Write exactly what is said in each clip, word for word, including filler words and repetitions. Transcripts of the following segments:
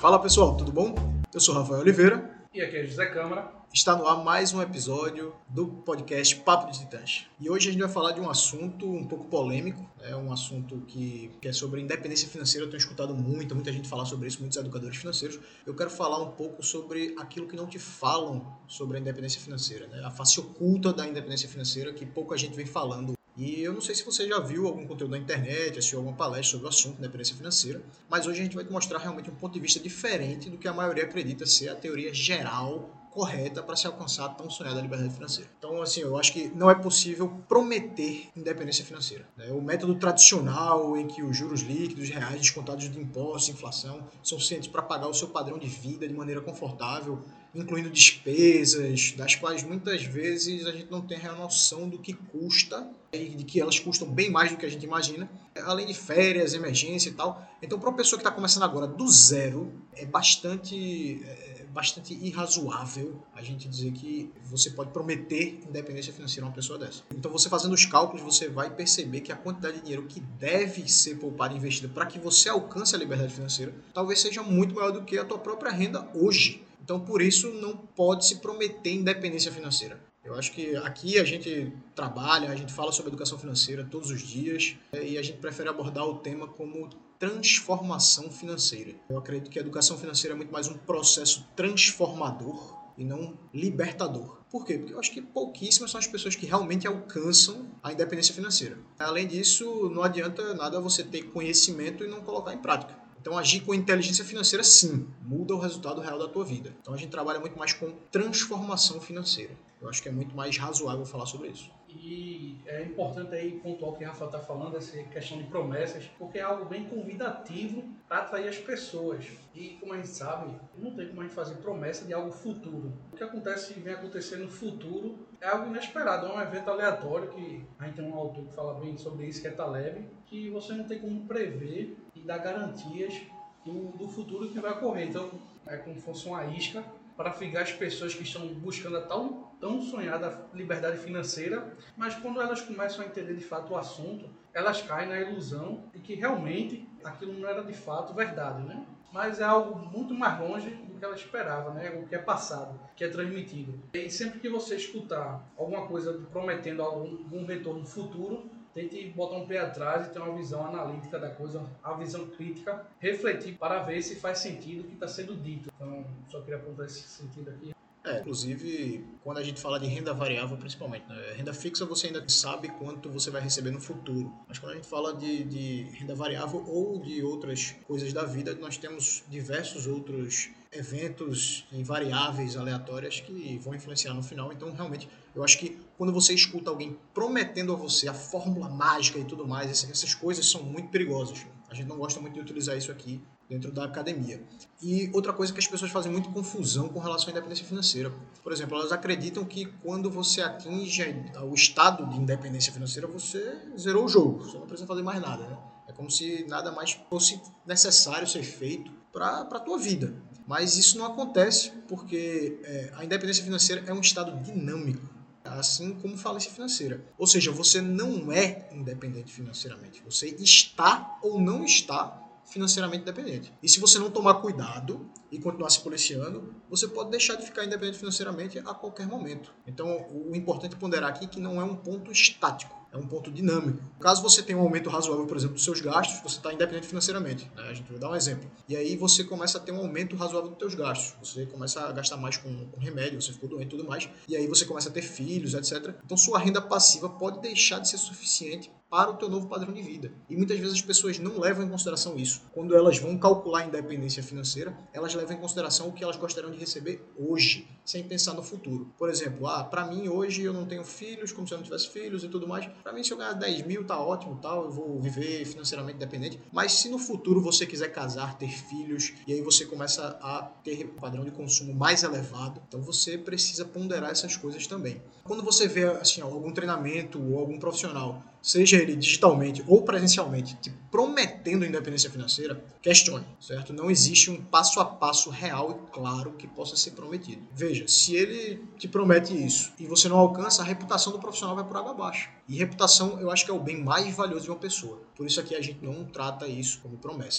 Fala pessoal, tudo bom? Eu sou Rafael Oliveira. E aqui é José Câmara. Está no ar mais um episódio do podcast Papo de Titãs. E hoje a gente vai falar de um assunto um pouco polêmico, é um assunto que, que é sobre independência financeira. Eu tenho escutado muito, muita gente falar sobre isso, muitos educadores financeiros. Eu quero falar um pouco sobre aquilo que não te falam sobre a independência financeira, né? A face oculta da independência financeira que pouca gente vem falando. E eu não sei se você já viu algum conteúdo na internet, assistiu alguma palestra sobre o assunto, independência financeira, mas hoje a gente vai te mostrar realmente um ponto de vista diferente do que a maioria acredita ser a teoria geral correta para se alcançar a tão sonhada liberdade financeira. Então, assim, eu acho que não é possível prometer independência financeira, né? O método tradicional em que os juros líquidos, reais, descontados de impostos, inflação, são suficientes para pagar o seu padrão de vida de maneira confortável, incluindo despesas, das quais muitas vezes a gente não tem a real noção do que custa, e de que elas custam bem mais do que a gente imagina, além de férias, emergência e tal. Então, para uma pessoa que está começando agora do zero, é bastante, é bastante irrazoável a gente dizer que você pode prometer independência financeira a uma pessoa dessa. Então, você fazendo os cálculos, você vai perceber que a quantidade de dinheiro que deve ser poupada e investida para que você alcance a liberdade financeira talvez seja muito maior do que a tua própria renda hoje. Então, por isso, não pode se prometer independência financeira. Eu acho que aqui a gente trabalha, a gente fala sobre educação financeira todos os dias e a gente prefere abordar o tema como transformação financeira. Eu acredito que a educação financeira é muito mais um processo transformador e não libertador. Por quê? Porque eu acho que pouquíssimas são as pessoas que realmente alcançam a independência financeira. Além disso, não adianta nada você ter conhecimento e não colocar em prática. Então, agir com inteligência financeira, sim, muda o resultado real da tua vida. Então, a gente trabalha muito mais com transformação financeira. Eu acho que é muito mais razoável falar sobre isso. E é importante aí pontuar o que o Rafael está falando, essa questão de promessas, porque é algo bem convidativo para atrair as pessoas. E como a gente sabe, não tem como a gente fazer promessa de algo futuro. O que acontece e vem acontecendo no futuro é algo inesperado, é um evento aleatório, que a gente tem um autor que fala bem sobre isso, que é Taleb, que você não tem como prever e dar garantias do, do futuro que vai ocorrer. Então, é como se fosse uma isca para ficar as pessoas que estão buscando a tão, tão sonhada liberdade financeira, mas quando elas começam a entender de fato o assunto, elas caem na ilusão de que realmente aquilo não era de fato verdade, né? Mas é algo muito mais longe do que ela esperava, né? O que é passado, que é transmitido. E sempre que você escutar alguma coisa prometendo algum, algum retorno futuro, tente botar um pé atrás e ter uma visão analítica da coisa, a visão crítica, refletir para ver se faz sentido o que está sendo dito. Então, só queria apontar esse sentido aqui. É, inclusive, quando a gente fala de renda variável, principalmente, né? Renda fixa você ainda sabe quanto você vai receber no futuro. Mas quando a gente fala de, de renda variável ou de outras coisas da vida, nós temos diversos outros eventos e variáveis aleatórias que vão influenciar no final. Então, realmente, eu acho que quando você escuta alguém prometendo a você a fórmula mágica e tudo mais, essas coisas são muito perigosas. A gente não gosta muito de utilizar isso aqui dentro da academia. E outra coisa que as pessoas fazem muito confusão com relação à independência financeira. Por exemplo, elas acreditam que quando você atinge o estado de independência financeira, você zerou o jogo, você não precisa fazer mais nada, né? É como se nada mais fosse necessário ser feito para a tua vida. Mas isso não acontece porque é, a independência financeira é um estado dinâmico, assim como falência financeira. Ou seja, você não é independente financeiramente. Você está ou não está financeiramente independente. E se você não tomar cuidado e continuar se policiando, você pode deixar de ficar independente financeiramente a qualquer momento. Então, o importante é ponderar aqui que não é um ponto estático, é um ponto dinâmico. Caso você tenha um aumento razoável, por exemplo, dos seus gastos, você está independente financeiramente, né? A gente vai dar um exemplo. E aí você começa a ter um aumento razoável dos seus gastos. Você começa a gastar mais com, com remédio, você ficou doente e tudo mais. E aí você começa a ter filhos, etcétera. Então sua renda passiva pode deixar de ser suficiente para o teu novo padrão de vida. E muitas vezes as pessoas não levam em consideração isso. Quando elas vão calcular a independência financeira, elas levam em consideração o que elas gostariam de receber hoje, sem pensar no futuro. Por exemplo, ah, para mim hoje eu não tenho filhos, como se eu não tivesse filhos e tudo mais. Para mim, se eu ganhar dez mil, tá ótimo, tal, eu vou viver financeiramente independente. Mas se no futuro você quiser casar, ter filhos, e aí você começa a ter um padrão de consumo mais elevado, então você precisa ponderar essas coisas também. Quando você vê assim, algum treinamento ou algum profissional, seja ele digitalmente ou presencialmente, te prometendo independência financeira, questione, certo? Não existe um passo a passo real e claro que possa ser prometido. Veja, se ele te promete isso e você não alcança, a reputação do profissional vai por água abaixo. E reputação, eu acho que é o bem mais valioso de uma pessoa. Por isso aqui a gente não trata isso como promessa.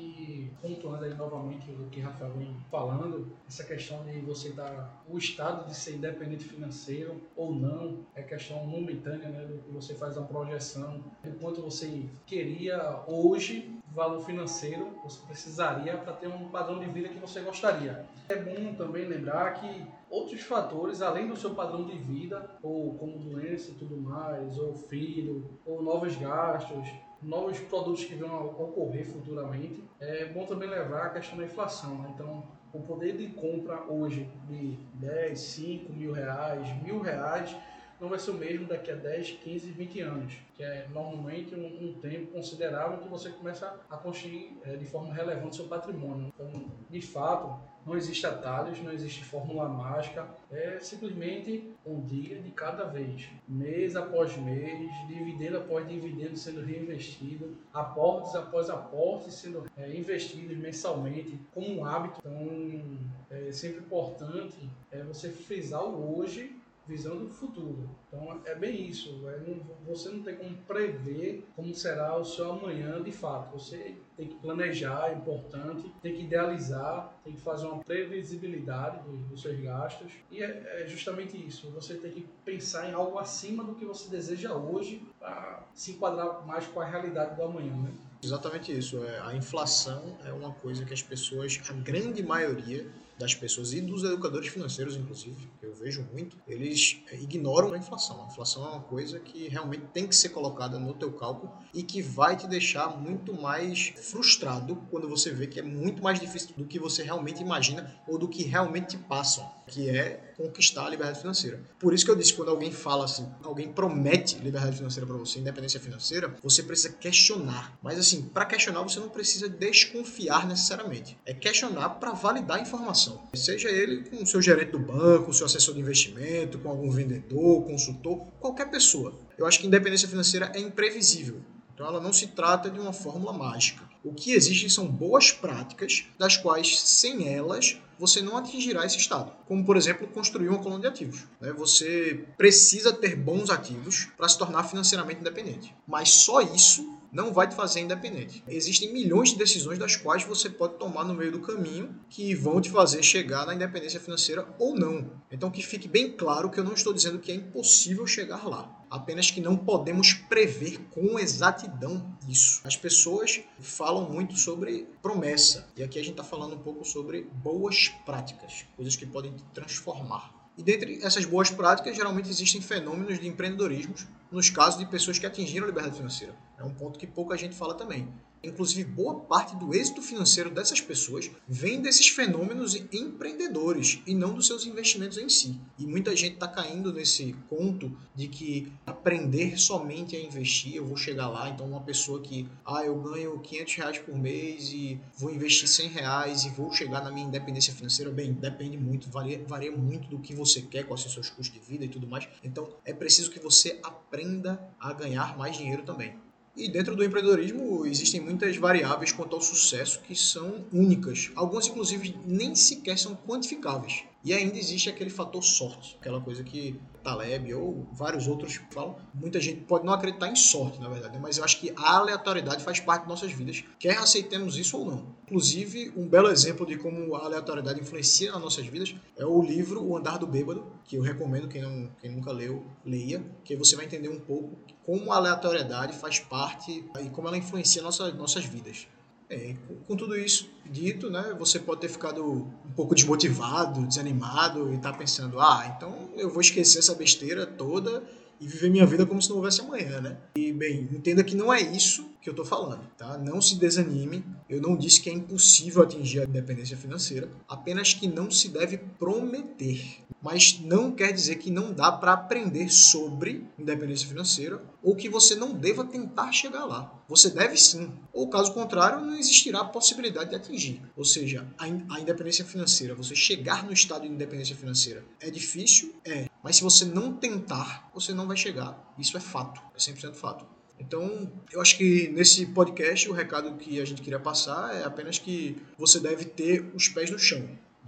E pontuando aí novamente o que o Rafael vem falando, essa questão de você dar o estado de ser independente financeiro ou não, é questão momentânea, né, do que você faz uma projeção, do quanto você queria hoje, valor financeiro, você precisaria para ter um padrão de vida que você gostaria. É bom também lembrar que outros fatores, além do seu padrão de vida, ou como doença e tudo mais, ou filho, ou novos gastos, novos produtos que vão ocorrer futuramente, é bom também levar a questão da inflação, né? Então, o poder de compra hoje de dez, cinco mil reais, mil reais, não vai ser o mesmo daqui a dez, quinze, vinte anos, que é normalmente um, um tempo considerável que você começa a construir é, de forma relevante seu patrimônio. Então, de fato, não existe atalhos, não existe fórmula mágica, é simplesmente um dia de cada vez, mês após mês, dividendo após dividendo sendo reinvestido, aportes após aportes sendo é, investidos mensalmente como um hábito. Então, é sempre importante é, você frisar o hoje visando o futuro. Então é bem isso, é, não, você não tem como prever como será o seu amanhã de fato. Você tem que planejar, é importante, tem que idealizar, tem que fazer uma previsibilidade dos, dos seus gastos. E é, é justamente isso, você tem que pensar em algo acima do que você deseja hoje para se enquadrar mais com a realidade do amanhã, né? Exatamente isso. É, a inflação é uma coisa que as pessoas, a grande maioria das pessoas e dos educadores financeiros, inclusive, que eu vejo muito, eles ignoram a inflação. A inflação é uma coisa que realmente tem que ser colocada no teu cálculo e que vai te deixar muito mais frustrado quando você vê que é muito mais difícil do que você realmente imagina ou do que realmente te passam, que é conquistar a liberdade financeira. Por isso que eu disse, quando alguém fala assim, alguém promete liberdade financeira para você, independência financeira, você precisa questionar. Mas assim, para questionar você não precisa desconfiar necessariamente. É questionar para validar a informação. Seja ele com o seu gerente do banco, o seu assessor de investimento, com algum vendedor, consultor, qualquer pessoa. Eu acho que independência financeira é imprevisível. Então ela não se trata de uma fórmula mágica. O que existe são boas práticas, das quais, sem elas, você não atingirá esse estado. Como, por exemplo, construir uma coluna de ativos. Você precisa ter bons ativos para se tornar financeiramente independente. Mas só isso não vai te fazer independente. Existem milhões de decisões das quais você pode tomar no meio do caminho que vão te fazer chegar na independência financeira ou não. Então que fique bem claro que eu não estou dizendo que é impossível chegar lá. Apenas que não podemos prever com exatidão isso. As pessoas falam muito sobre promessa. E aqui a gente está falando um pouco sobre boas práticas. Coisas que podem te transformar. E dentre essas boas práticas, geralmente existem fenômenos de empreendedorismo nos casos de pessoas que atingiram a liberdade financeira. É um ponto que pouca gente fala também. Inclusive, boa parte do êxito financeiro dessas pessoas vem desses fenômenos empreendedores e não dos seus investimentos em si. E muita gente está caindo nesse conto de que aprender somente a investir, eu vou chegar lá, então uma pessoa que, ah, eu ganho quinhentos reais por mês e vou investir cem reais e vou chegar na minha independência financeira, bem, depende muito, varia, varia muito do que você quer, quais são os seus custos de vida e tudo mais. Então, é preciso que você aprenda a ganhar mais dinheiro também. E dentro do empreendedorismo existem muitas variáveis quanto ao sucesso que são únicas. Algumas, inclusive, nem sequer são quantificáveis. E ainda existe aquele fator sorte, aquela coisa que Taleb ou vários outros falam. Muita gente pode não acreditar em sorte, na verdade, mas eu acho que a aleatoriedade faz parte de nossas vidas, quer aceitemos isso ou não. Inclusive, um belo exemplo de como a aleatoriedade influencia nas nossas vidas é o livro O Andar do Bêbado, que eu recomendo, quem, não, quem nunca leu, leia, que você vai entender um pouco como a aleatoriedade faz parte e como ela influencia nossas, nossas vidas. É, com, com tudo isso dito, né, você pode ter ficado um pouco desmotivado, desanimado e tá pensando, ah, então eu vou esquecer essa besteira toda e viver minha vida como se não houvesse amanhã, né? E, bem, entenda que não é isso que eu tô falando, tá? Não se desanime, eu não disse que é impossível atingir a independência financeira, apenas que não se deve prometer. Mas não quer dizer que não dá para aprender sobre independência financeira ou que você não deva tentar chegar lá. Você deve sim, ou caso contrário, não existirá a possibilidade de atingir. Ou seja, a independência financeira, você chegar no estado de independência financeira é difícil? É. Mas se você não tentar, você não vai chegar. Isso é fato, é cem por cento fato. Então, eu acho que nesse podcast o recado que a gente queria passar é apenas que você deve ter os pés no chão.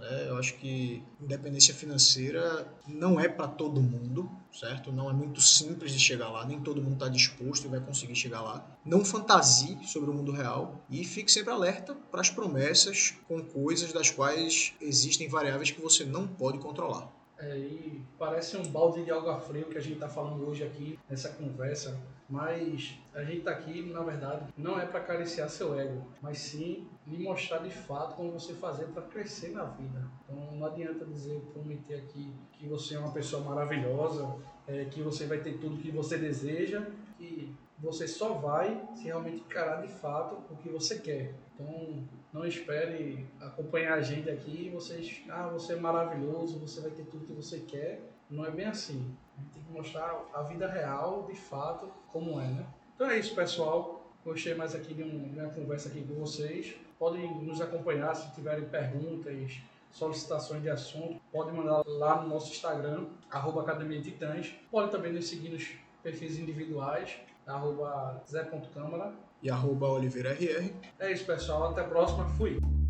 né? Eu acho que independência financeira não é para todo mundo, certo? Não é muito simples de chegar lá, nem todo mundo está disposto e vai conseguir chegar lá. Não fantasie sobre o mundo real e fique sempre alerta para as promessas com coisas das quais existem variáveis que você não pode controlar. É, e parece um balde de água fria que a gente está falando hoje aqui nessa conversa, mas a gente está aqui, na verdade, não é para acariciar seu ego, mas sim lhe mostrar de fato como você fazer para crescer na vida. Então não adianta dizer, prometer aqui que você é uma pessoa maravilhosa, é, que você vai ter tudo que você deseja, que você só vai se realmente encarar de fato o que você quer. Então, não espere acompanhar a gente aqui e vocês, ah, você é maravilhoso, você vai ter tudo que você quer. Não é bem assim. A gente tem que mostrar a vida real, de fato, como é, né? Então é isso, pessoal. Gostei mais aqui de, um, de uma conversa aqui com vocês. Podem nos acompanhar se tiverem perguntas, solicitações de assunto. Podem mandar lá no nosso Instagram, arroba Academia Titãs. Podem também nos seguir nos perfis individuais, arroba zé ponto câmara E arroba Oliveira R R. É isso, pessoal. Até a próxima. Fui!